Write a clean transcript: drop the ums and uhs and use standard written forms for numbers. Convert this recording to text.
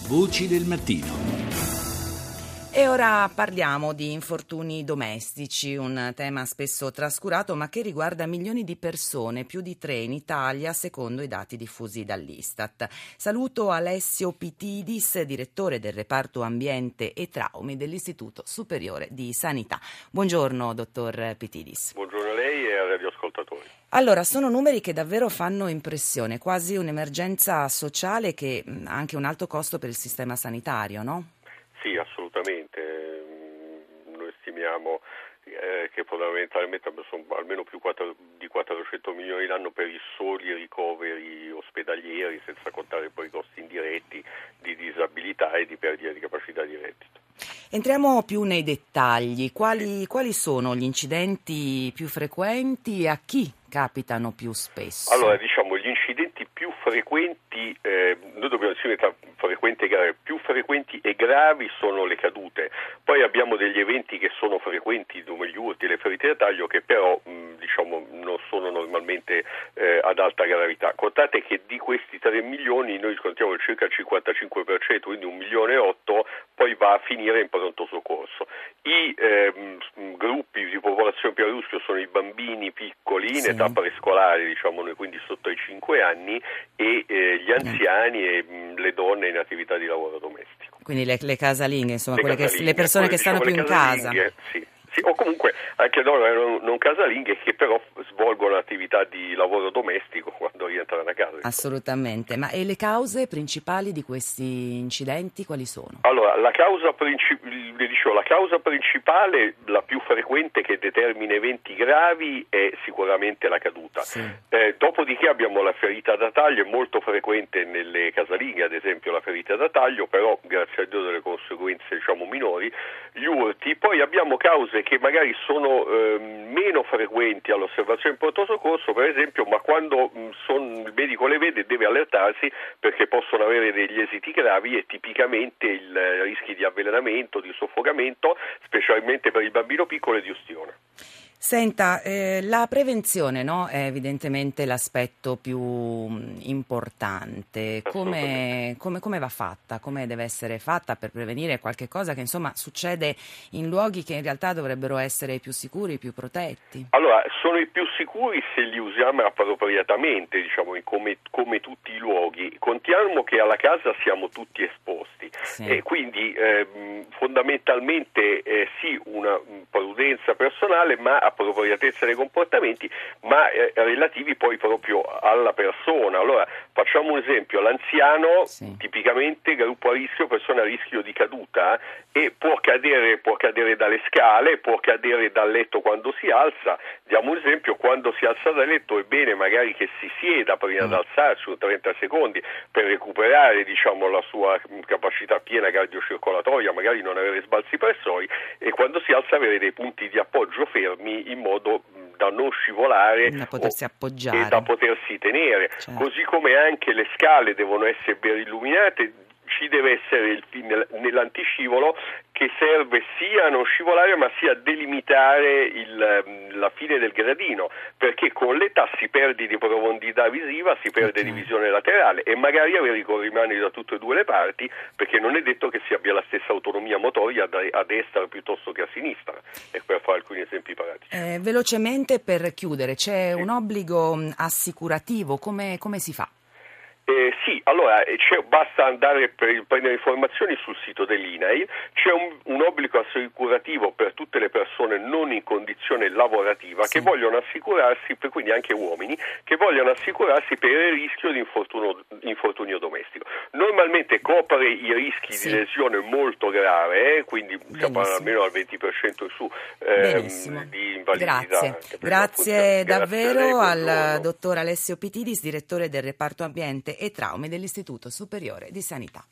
Voci del mattino. E ora parliamo di infortuni domestici, un tema spesso trascurato ma che riguarda milioni di persone, più di 3 in Italia, secondo i dati diffusi dall'Istat. Saluto Alessio Pitidis, direttore del reparto ambiente e traumi dell'Istituto Superiore di Sanità. Buongiorno, dottor Pitidis. Buongiorno a lei e ai radioascoltatori. Allora, sono numeri che davvero fanno impressione, quasi un'emergenza sociale che ha anche un alto costo per il sistema sanitario, no? Sì, assolutamente. Noi stimiamo che fondamentalmente sono almeno più di 400 milioni l'anno per i soli ricoveri ospedalieri, senza contare poi i costi indiretti di disabilità e di perdita di capacità di reddito. Entriamo più nei dettagli. Quali sono gli incidenti più frequenti e a chi capitano più spesso? Allora, diciamo, gli incidenti più frequenti, noi dobbiamo dire frequenti e gravi, più frequenti e gravi sono le cadute. Poi abbiamo degli eventi che sono frequenti, come gli urti e le ferite da taglio, che però non sono normalmente ad alta gravità. Contate che di questi 3 milioni noi contiamo circa il 55%, quindi 1,8 milioni, poi va a finire in pronto soccorso. I gruppi di popolazione più a rischio sono i bambini piccoli in età prescolare, diciamo noi, quindi sotto ai 5 anni, e gli anziani e le donne in attività di lavoro domestico. Quindi le casalinghe, insomma, le persone che stanno più in casa. Sì, o comunque anche donne non casalinghe che però svolgono attività di lavoro domestico quando rientrano a casa. Assolutamente, ma e le cause principali di questi incidenti quali sono? Allora, la causa principale, la più frequente che determina eventi gravi, è sicuramente la caduta. Sì. Dopodiché abbiamo la ferita da taglio, è molto frequente nelle casalinghe, ad esempio la ferita da taglio, però grazie a Dio delle conseguenze minori, gli urti. Poi abbiamo cause che magari sono meno frequenti all'osservazione in pronto soccorso, per esempio, ma quando il medico le vede deve allertarsi perché possono avere degli esiti gravi, e tipicamente il rischi di avvelenamento, di soffocamento, specialmente per il bambino piccolo, e di ustione. Senta, la prevenzione, no, è evidentemente l'aspetto più importante. Come va fatta? Come deve essere fatta per prevenire qualche cosa che insomma succede in luoghi che in realtà dovrebbero essere più sicuri, più protetti? Allora, sono i più sicuri se li usiamo appropriatamente, come tutti i luoghi. Contiamo che alla casa siamo tutti esposti, sì. E quindi fondamentalmente sì, una prudenza personale, ma appropriatezza dei comportamenti, ma relativi poi proprio alla persona. Allora, facciamo un esempio: l'anziano, sì, tipicamente gruppo a rischio, persona a rischio di caduta, e può cadere dalle scale, può cadere dal letto quando si alza. Diamo un esempio: quando si alza dal letto è bene magari che si sieda prima di alzarsi 30 secondi per recuperare la sua capacità piena cardiocircolatoria, magari non avere sbalzi pressori, e quando si alza avere dei punti di appoggio fermi in modo da non scivolare, da potersi appoggiare e da potersi tenere. Certo. Così come anche le scale devono essere ben illuminate, ci deve essere nell'antiscivolo, che serve sia a non scivolare ma sia a delimitare la fine del gradino, perché con l'età si perde di profondità visiva, si perde di visione laterale, e magari avere i corrimani da tutte e due le parti, perché non è detto che si abbia la stessa autonomia motoria a destra piuttosto che a sinistra, e per fare alcuni esempi pratici. Velocemente, per chiudere, c'è un obbligo assicurativo, come si fa? Sì, allora basta andare per prendere informazioni sul sito dell'INAIL. C'è un obbligo assicurativo per tutte le persone non in condizione lavorativa, sì, che vogliono assicurarsi, quindi anche uomini, che vogliono assicurarsi per il rischio di infortunio domestico. Normalmente copre i rischi, sì, di lesione molto grave, quindi siamo almeno al 20% in su di invalidità. Grazie davvero al dottor Alessio Pitidis, direttore del reparto ambiente e traumi dell'Istituto Superiore di Sanità.